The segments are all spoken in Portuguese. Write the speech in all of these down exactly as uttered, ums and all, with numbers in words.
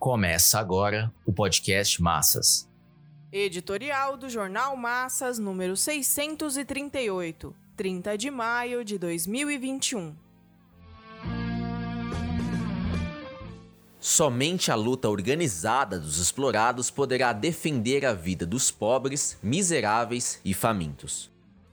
Começa agora o podcast Massas. Editorial do Jornal Massas, número seiscentos e trinta e oito, trinta de maio de dois mil e vinte e um. Somente a luta organizada dos explorados poderá defender a vida dos pobres, miseráveis e famintos.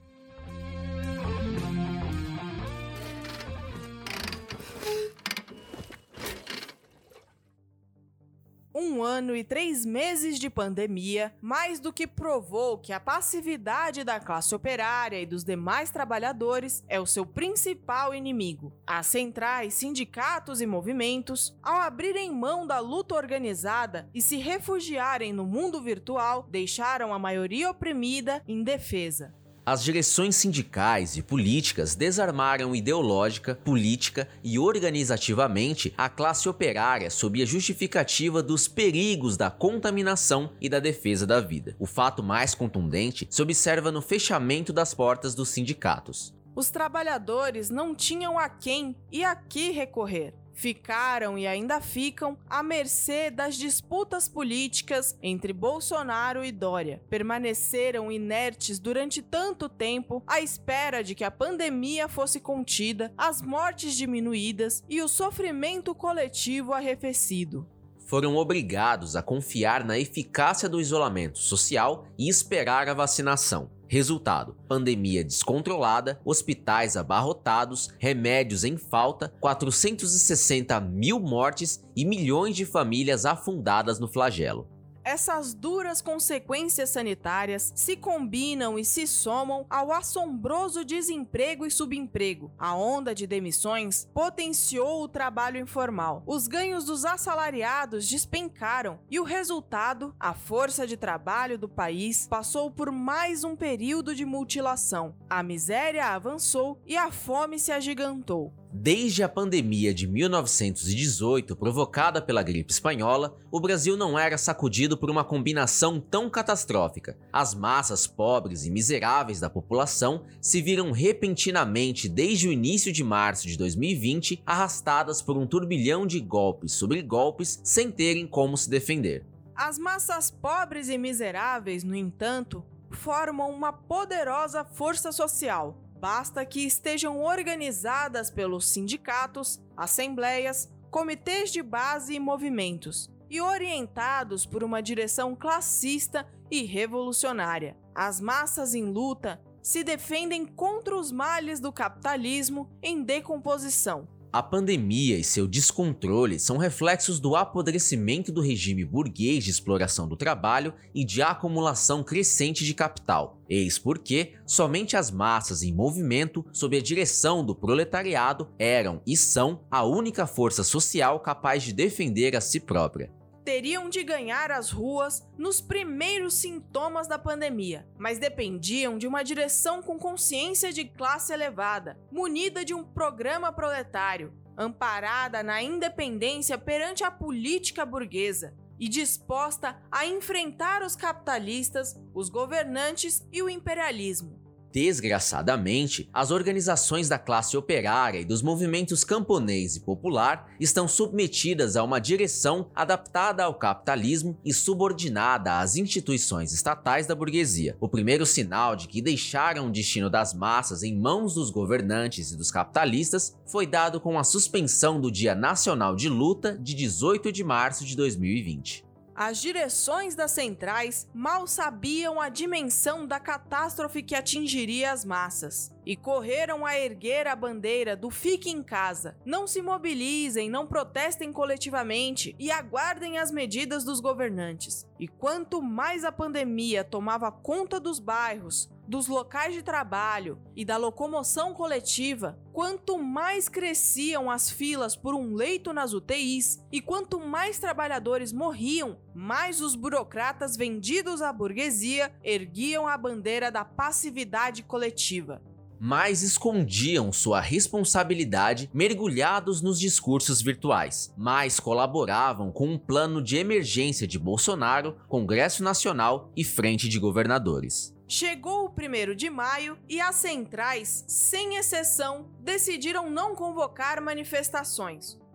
Um ano e três meses de pandemia, mais do que provou que a passividade da classe operária e dos demais trabalhadores é o seu principal inimigo. As centrais, sindicatos e movimentos, ao abrirem mão da luta organizada e se refugiarem no mundo virtual, deixaram a maioria oprimida indefesa. As direções sindicais e políticas desarmaram ideológica, política e organizativamente a classe operária sob a justificativa dos perigos da contaminação e da defesa da vida. O fato mais contundente se observa no fechamento das portas dos sindicatos. Os trabalhadores não tinham a quem e a que recorrer. Ficaram e ainda ficam à mercê das disputas políticas entre Bolsonaro e Dória. Permaneceram inertes durante tanto tempo à espera de que a pandemia fosse contida, as mortes diminuídas e o sofrimento coletivo arrefecido. Foram obrigados a confiar na eficácia do isolamento social e esperar a vacinação. Resultado: pandemia descontrolada, hospitais abarrotados, remédios em falta, quatrocentos e sessenta mil mortes e milhões de famílias afundadas no flagelo. Essas duras consequências sanitárias se combinam e se somam ao assombroso desemprego e subemprego. A onda de demissões potenciou o trabalho informal. Os ganhos dos assalariados despencaram e o resultado, a força de trabalho do país, passou por mais um período de mutilação. A miséria avançou e a fome se agigantou. Desde a pandemia de mil novecentos e dezoito, provocada pela gripe espanhola, o Brasil não era sacudido por uma combinação tão catastrófica. As massas pobres e miseráveis da população se viram repentinamente, desde o início de março de dois mil e vinte, arrastadas por um turbilhão de golpes sobre golpes sem terem como se defender. As massas pobres e miseráveis, no entanto, formam uma poderosa força social. Basta que estejam organizadas pelos sindicatos, assembleias, comitês de base e movimentos, e orientados por uma direção classista e revolucionária. As massas em luta se defendem contra os males do capitalismo em decomposição. A pandemia e seu descontrole são reflexos do apodrecimento do regime burguês de exploração do trabalho e de acumulação crescente de capital. Eis porque somente as massas em movimento, sob a direção do proletariado, eram e são a única força social capaz de defender a si própria. Teriam de ganhar as ruas nos primeiros sintomas da pandemia, mas dependiam de uma direção com consciência de classe elevada, munida de um programa proletário, amparada na independência perante a política burguesa e disposta a enfrentar os capitalistas, os governantes e o imperialismo. Desgraçadamente, as organizações da classe operária e dos movimentos camponês e popular estão submetidas a uma direção adaptada ao capitalismo e subordinada às instituições estatais da burguesia. O primeiro sinal de que deixaram o destino das massas em mãos dos governantes e dos capitalistas foi dado com a suspensão do Dia Nacional de Luta de dezoito de março de dois mil e vinte. As direções das centrais mal sabiam a dimensão da catástrofe que atingiria as massas e correram a erguer a bandeira do fique em casa. Não se mobilizem, não protestem coletivamente e aguardem as medidas dos governantes. E quanto mais a pandemia tomava conta dos bairros, dos locais de trabalho e da locomoção coletiva, quanto mais cresciam as filas por um leito nas U T Is e quanto mais trabalhadores morriam, mais os burocratas vendidos à burguesia erguiam a bandeira da passividade coletiva. mais escondiam sua responsabilidade mergulhados nos discursos virtuais, mais colaboravam com um plano de emergência de Bolsonaro, Congresso Nacional e Frente de Governadores. Chegou o primeiro de maio e as centrais, sem exceção, decidiram não convocar manifestações.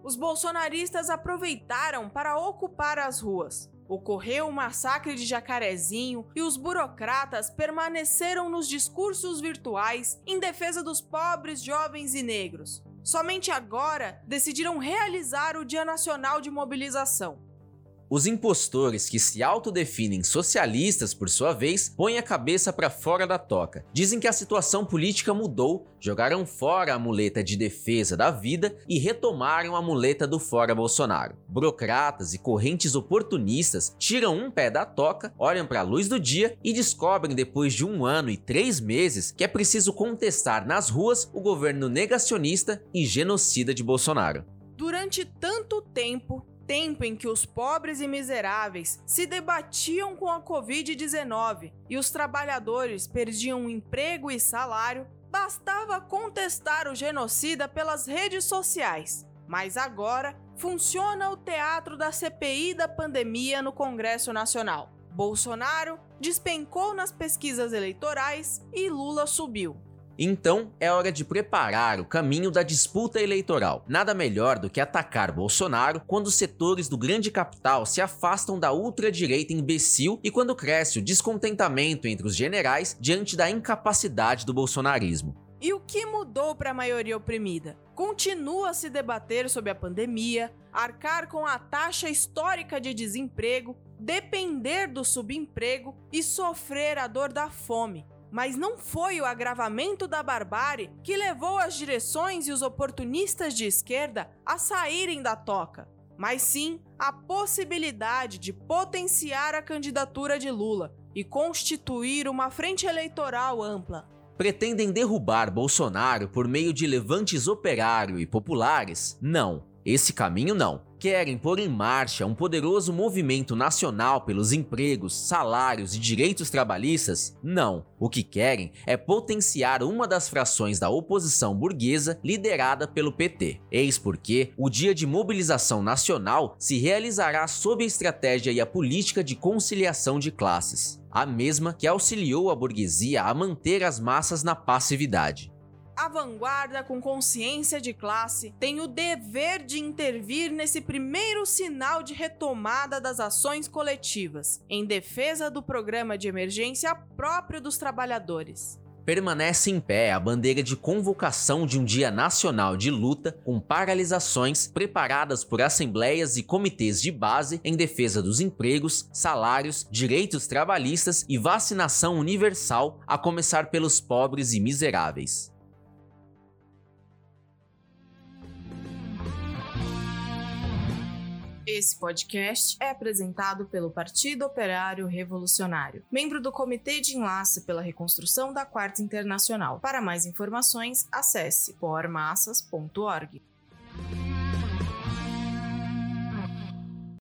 Os bolsonaristas aproveitaram para ocupar as ruas. Ocorreu o massacre de Jacarezinho e os burocratas permaneceram nos discursos virtuais em defesa dos pobres, jovens e negros. Somente agora decidiram realizar o Dia Nacional de Mobilização. Os impostores que se autodefinem socialistas, por sua vez, põem a cabeça para fora da toca. Dizem que a situação política mudou, jogaram fora a muleta de defesa da vida e retomaram a muleta do fora Bolsonaro. Burocratas e correntes oportunistas tiram um pé da toca, olham para a luz do dia e descobrem depois de um ano e três meses que é preciso contestar nas ruas o governo negacionista e genocida de Bolsonaro. Durante tanto tempo, tempo em que os pobres e miseráveis se debatiam com a covid dezenove e os trabalhadores perdiam emprego e salário, bastava contestar o genocida pelas redes sociais. Mas agora funciona o teatro da C P I da pandemia no Congresso Nacional. Bolsonaro despencou nas pesquisas eleitorais e Lula subiu. Então, é hora de preparar o caminho da disputa eleitoral. Nada melhor do que atacar Bolsonaro quando os setores do grande capital se afastam da ultradireita imbecil e quando cresce o descontentamento entre os generais diante da incapacidade do bolsonarismo. E o que mudou para a maioria oprimida? Continua a se debater sobre a pandemia, arcar com a taxa histórica de desemprego, depender do subemprego e sofrer a dor da fome. Mas não foi o agravamento da barbárie que levou as direções e os oportunistas de esquerda a saírem da toca, mas sim a possibilidade de potenciar a candidatura de Lula e constituir uma frente eleitoral ampla. Pretendem derrubar Bolsonaro por meio de levantes operário e populares? Não. Esse caminho não. Querem pôr em marcha um poderoso movimento nacional pelos empregos, salários e direitos trabalhistas? Não. O que querem é potenciar uma das frações da oposição burguesa liderada pelo P T. Eis porque o Dia de Mobilização Nacional se realizará sob a estratégia e a política de conciliação de classes, a mesma que auxiliou a burguesia a manter as massas na passividade. A vanguarda, com consciência de classe, tem o dever de intervir nesse primeiro sinal de retomada das ações coletivas, em defesa do programa de emergência próprio dos trabalhadores. Permanece em pé a bandeira de convocação de um Dia Nacional de Luta, com paralisações preparadas por assembleias e comitês de base em defesa dos empregos, salários, direitos trabalhistas e vacinação universal, a começar pelos pobres e miseráveis. Esse podcast é apresentado pelo Partido Operário Revolucionário, membro do Comitê de Enlace pela Reconstrução da Quarta Internacional. Para mais informações, acesse por massas ponto org.